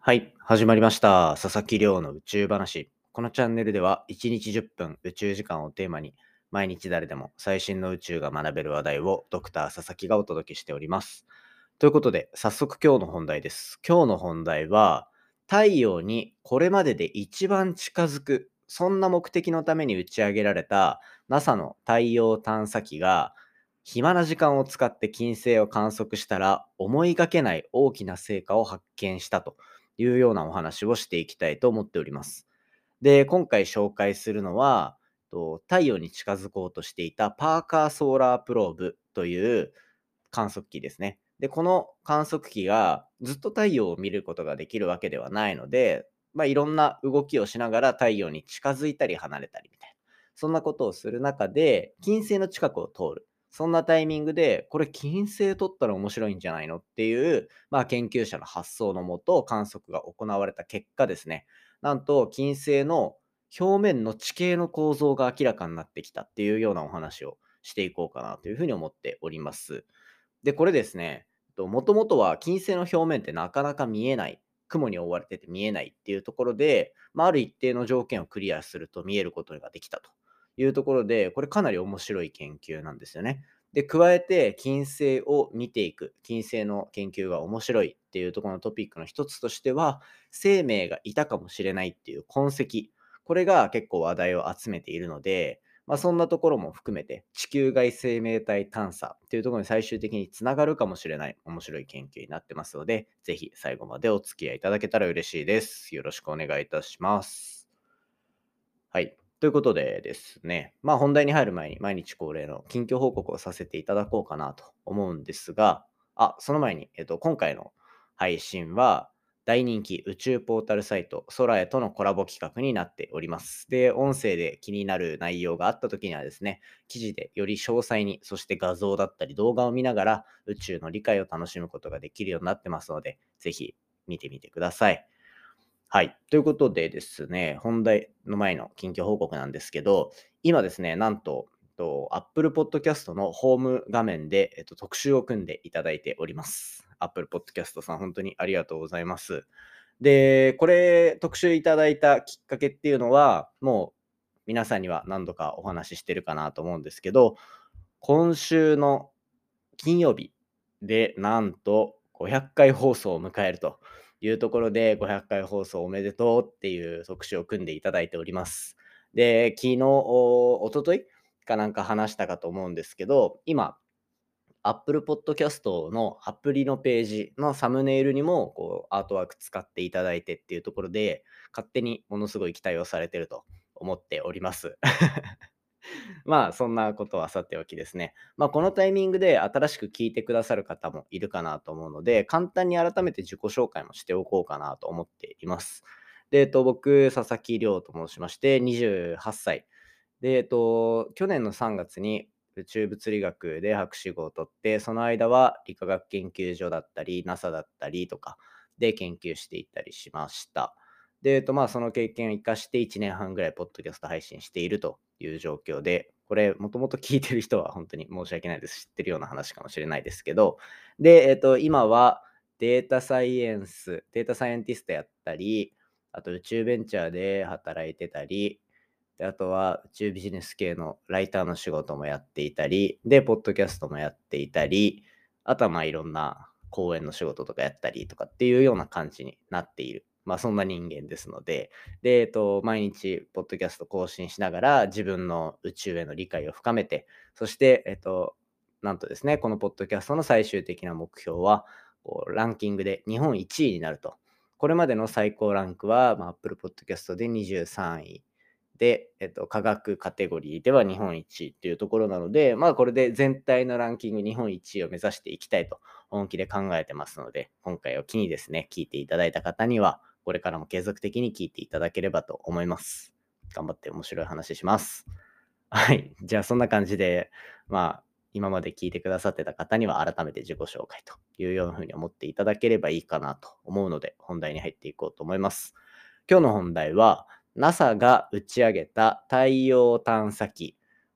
はい、始まりました。佐々木亮の宇宙話。このチャンネルでは1日10分宇宙時間をテーマに毎日誰でも最新の宇宙が学べる話題をドクター佐々木がお届けしております。ということで早速今日の本題です。今日の本題は太陽にこれまでで一番近づくそんな目的のために打ち上げられた NASA の太陽探査機が暇な時間を使って金星を観測したら思いがけない大きな成果を発見したというようなお話をしていきたいと思っております。で、今回紹介するのは、太陽に近づこうとしていたパーカーソーラープローブという観測機ですね。で、この観測機がずっと太陽を見ることができるわけではないので、いろんな動きをしながら太陽に近づいたり離れたりみたいな。そんなことをする中で、金星の近くを通る。そんなタイミングで、これ金星取ったら面白いんじゃないのっていう、研究者の発想のもと観測が行われた結果ですね、なんと金星の表面の地形の構造が明らかになってきたっていうようなお話をしていこうかなというふうに思っております。で、これですね、もともとは金星の表面ってなかなか見えない、雲に覆われてて見えないっていうところで、ある一定の条件をクリアすると見えることができたというところで、これかなり面白い研究なんですよね。で、加えて金星を見ていく、金星の研究が面白いっていうところのトピックの一つとしては、生命がいたかもしれないっていう痕跡、これが結構話題を集めているので、そんなところも含めて、地球外生命体探査っていうところに最終的につながるかもしれない面白い研究になってますので、ぜひ最後までお付き合いいただけたら嬉しいです。よろしくお願いいたします。はい。ということでですね、本題に入る前に毎日恒例の近況報告をさせていただこうかなと思うんですが、その前に、今回の配信は大人気宇宙ポータルサイト空へとのコラボ企画になっております。で、音声で気になる内容があった時にはですね、記事でより詳細に、そして画像だったり動画を見ながら宇宙の理解を楽しむことができるようになってますので、ぜひ見てみてください。はい。ということでですね、本題の前の近況報告なんですけど、今ですね、なんと、Apple Podcast のホーム画面で、特集を組んでいただいております。Apple Podcast さん、本当にありがとうございます。で、これ、特集いただいたきっかけっていうのは、もう皆さんには何度かお話ししてるかなと思うんですけど、今週の金曜日で、なんと500回放送を迎えるというところで、500回放送おめでとうっていう特集を組んでいただいております。で、昨日、一昨日かなんか話したかと思うんですけど、今、Apple Podcast のアプリのページのサムネイルにも、アートワーク使っていただいてっていうところで、勝手にものすごい期待をされてると思っております。そんなことはさておきですね。このタイミングで新しく聞いてくださる方もいるかなと思うので、簡単に改めて自己紹介もしておこうかなと思っています。で、僕、佐々木亮と申しまして、28歳。で、去年の3月に宇宙物理学で博士号を取って、その間は理化学研究所だったり、NASA だったりとかで研究していったりしました。で、その経験を生かして1年半ぐらいポッドキャスト配信しているという状況で、これ、もともと聞いてる人は本当に申し訳ないです。知ってるような話かもしれないですけど、で、今はデータサイエンティストやったり、あと宇宙ベンチャーで働いてたり、で、あとは宇宙ビジネス系のライターの仕事もやっていたり、で、ポッドキャストもやっていたり、あとはいろんな講演の仕事とかやったりとかっていうような感じになっている。そんな人間ですので、で、毎日、ポッドキャスト更新しながら、自分の宇宙への理解を深めて、そして、なんとですね、このポッドキャストの最終的な目標は、ランキングで日本1位になると。これまでの最高ランクは、Apple Podcast で23位。で、科学カテゴリーでは日本一っていうところなので、これで全体のランキング日本一を目指していきたいと本気で考えてますので、今回を機にですね、聞いていただいた方には、これからも継続的に聞いていただければと思います。頑張って面白い話します。はい。じゃあそんな感じで、今まで聞いてくださってた方には改めて自己紹介というような風に思っていただければいいかなと思うので、本題に入っていこうと思います。今日の本題は、NASA が打ち上げた太陽探査機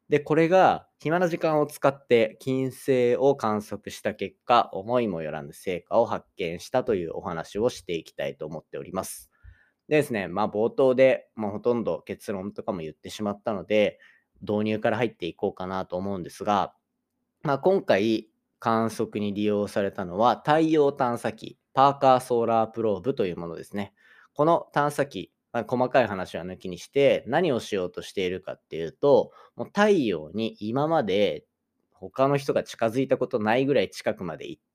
で、これが暇な時間を使って金星を観測した結果、思いもよらぬ成果を発見したというお話をしていきたいと思っております。でですね、冒頭で、ほとんど結論とかも言ってしまったので、導入から入っていこうかなと思うんですが、今回観測に利用されたのは太陽探査機、パーカーソーラープローブというものですね。この探査機、細かい話は抜きにして何をしようとしているかっていうと、もう太陽に今まで他の人が近づいたことないぐらい近くまで行って、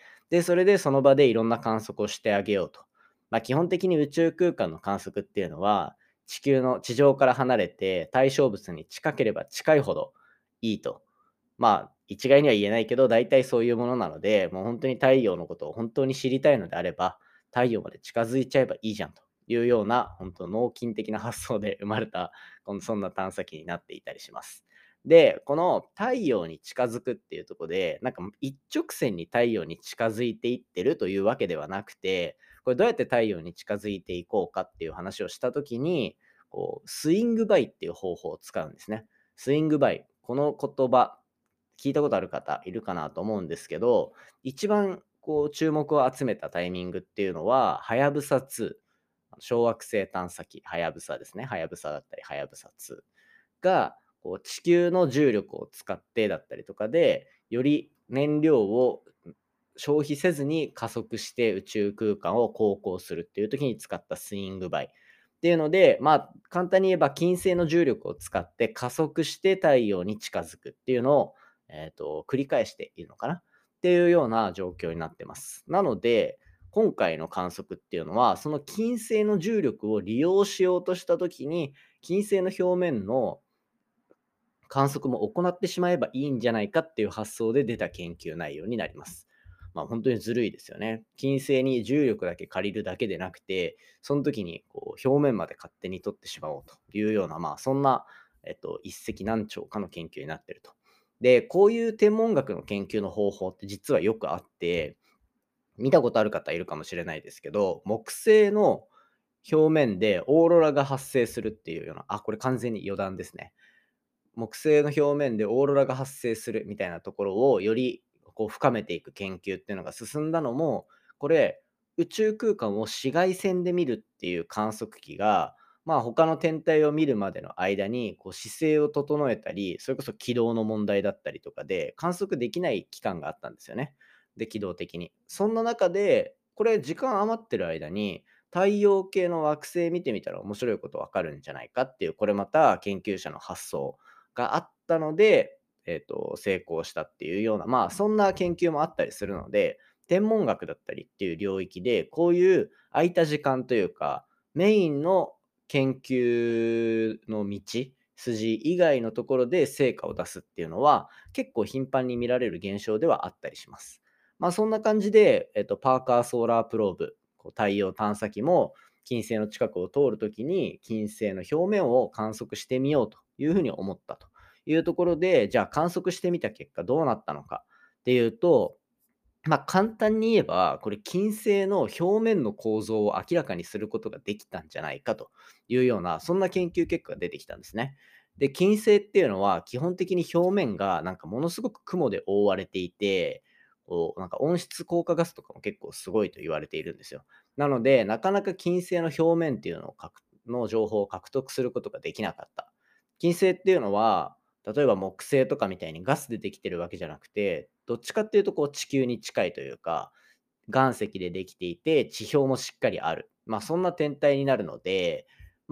で、それでその場でいろんな観測をしてあげようと。基本的に宇宙空間の観測っていうのは、地球の地上から離れて対象物に近ければ近いほどいいと。一概には言えないけど、大体そういうものなので、もう本当に太陽のことを本当に知りたいのであれば、太陽まで近づいちゃえばいいじゃんというような、本当脳筋的な発想で生まれた、そんな探査機になっていたりします。で、この太陽に近づくっていうところで、なんか一直線に太陽に近づいていってるというわけではなくて、これどうやって太陽に近づいていこうかっていう話をしたときに、スイングバイっていう方法を使うんですね。スイングバイ。この言葉、聞いたことある方いるかなと思うんですけど、一番注目を集めたタイミングっていうのは、はやぶさ2、小惑星探査機、はやぶさですね。はやぶさだったり、はやぶさ2が、地球の重力を使ってだったりとかで、より燃料を消費せずに加速して宇宙空間を航行するっていう時に使ったスイングバイ。っていうので、簡単に言えば金星の重力を使って加速して太陽に近づくっていうのを、繰り返しているのかなっていうような状況になってます。なので、今回の観測っていうのは、その金星の重力を利用しようとした時に、金星の表面の観測も行ってしまえばいいんじゃないかっていう発想で出た研究内容になります。本当にずるいですよね。金星に重力だけ借りるだけでなくて、その時に表面まで勝手に取ってしまおうというような、そんな、一石何鳥かの研究になっていると。で、こういう天文学の研究の方法って実はよくあって、見たことある方いるかもしれないですけど、木星の表面でオーロラが発生するっていうような、これ完全に余談ですね。木星の表面でオーロラが発生するみたいなところをより深めていく研究っていうのが進んだのも、これ宇宙空間を紫外線で見るっていう観測機が、他の天体を見るまでの間に姿勢を整えたり、それこそ軌道の問題だったりとかで観測できない期間があったんですよね。で、軌道的に。そんな中で、これ時間余ってる間に太陽系の惑星見てみたら面白いことわかるんじゃないかっていう、これまた研究者の発想があったので、成功したっていうような、そんな研究もあったりするので、天文学だったりっていう領域で、こういう空いた時間というか、メインの研究の筋以外のところで成果を出すっていうのは、結構頻繁に見られる現象ではあったりします。そんな感じで、パーカーソーラープローブ、太陽探査機も金星の近くを通るときに金星の表面を観測してみようというふうに思ったというところで、じゃあ観測してみた結果どうなったのかっていうと、簡単に言えば、これ金星の表面の構造を明らかにすることができたんじゃないかというような、そんな研究結果が出てきたんですね。で、金星っていうのは基本的に表面がなんかものすごく雲で覆われていて、なんか温室効果ガスとかも結構すごいと言われているんですよ。なので、なかなか金星の表面っていうの情報を獲得することができなかった。金星っていうのは、例えば木星とかみたいにガスでできてるわけじゃなくて、どっちかっていうと地球に近いというか、岩石でできていて、地表もしっかりある。そんな天体になるので、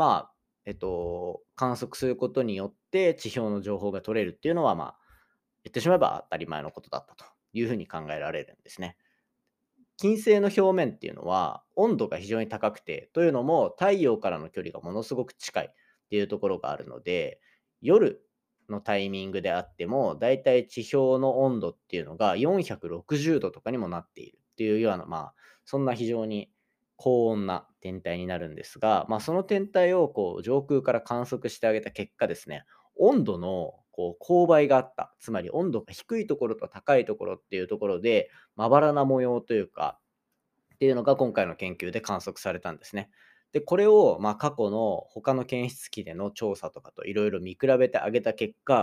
観測することによって地表の情報が取れるっていうのは、言ってしまえば当たり前のことだったというふうに考えられるんですね。金星の表面っていうのは温度が非常に高くて、というのも太陽からの距離がものすごく近いっていうところがあるので、夜のタイミングであっても、だいたい地表の温度っていうのが460度とかにもなっているっていうような、そんな非常に高温な天体になるんですが、その天体を上空から観測してあげた結果ですね、温度の勾配があった。つまり温度が低いところと高いところっていうところで、まばらな模様というか、っていうのが今回の研究で観測されたんですね。で、これを過去の他の検出器での調査とかといろいろ見比べてあげた結果、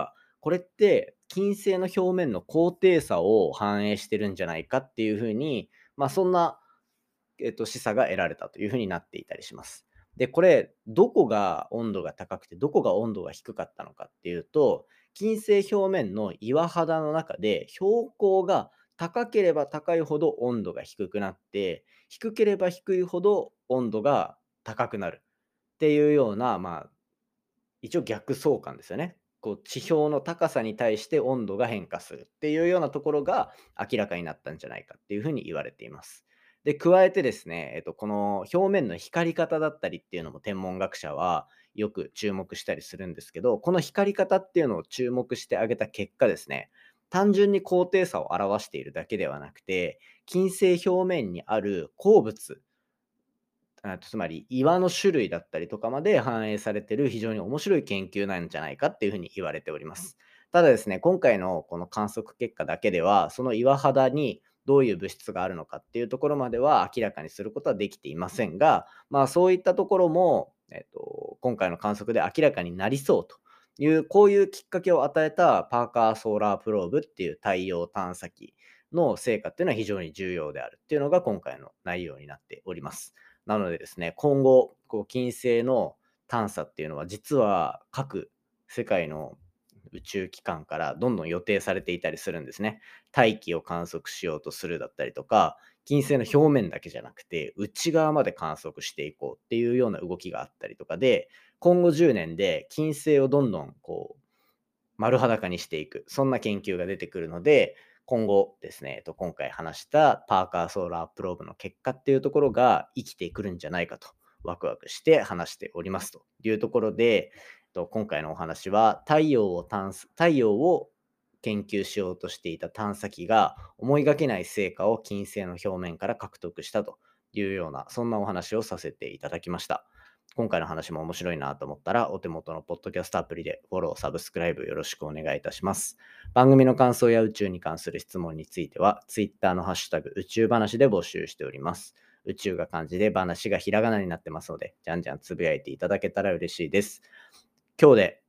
これって金星の表面の高低差を反映してるんじゃないかっていうふうに、そんな、示唆が得られたというふうになっていたりします。で、これ、どこが温度が高くて、どこが温度が低かったのかっていうと、金星表面の岩肌の中で標高が高ければ高いほど温度が低くなって、低ければ低いほど温度が高くなるっていうような、一応逆相関ですよね。こう地表の高さに対して温度が変化するっていうようなところが明らかになったんじゃないかっていうふうに言われています。で、加えてですね、この表面の光り方だったりっていうのも天文学者はよく注目したりするんですけど、この光り方っていうのを注目してあげた結果ですね、単純に高低差を表しているだけではなくて、金星表面にある鉱物、つまり岩の種類だったりとかまで反映されている非常に面白い研究なんじゃないかっていうふうに言われております。ただですね、今回のこの観測結果だけでは、その岩肌にどういう物質があるのかっていうところまでは明らかにすることはできていませんが、そういったところも、今回の観測で明らかになりそうという、こういうきっかけを与えたパーカーソーラープローブっていう太陽探査機の成果っていうのは非常に重要であるっていうのが今回の内容になっております。なのでですね、今後、金星の探査っていうのは、実は各世界の宇宙機関からどんどん予定されていたりするんですね。大気を観測しようとするだったりとか、金星の表面だけじゃなくて、内側まで観測していこうっていうような動きがあったりとかで、今後10年で金星をどんどん丸裸にしていく、そんな研究が出てくるので、今後ですね、今回話したパーカーソーラープローブの結果っていうところが生きてくるんじゃないかと、ワクワクして話しておりますというところで、今回のお話は太陽を研究しようとしていた探査機が思いがけない成果を金星の表面から獲得したというような、そんなお話をさせていただきました。今回の話も面白いなと思ったら、お手元のポッドキャストアプリでフォロー、サブスクライブよろしくお願いいたします。番組の感想や宇宙に関する質問については、Twitter のハッシュタグ宇宙話で募集しております。宇宙が漢字で話がひらがなになってますので、じゃんじゃんつぶやいていただけたら嬉しいです。今日で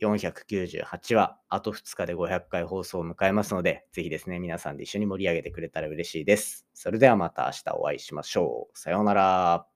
498話、あと2日で500回放送を迎えますので、ぜひですね、皆さんで一緒に盛り上げてくれたら嬉しいです。それではまた明日お会いしましょう。さようなら。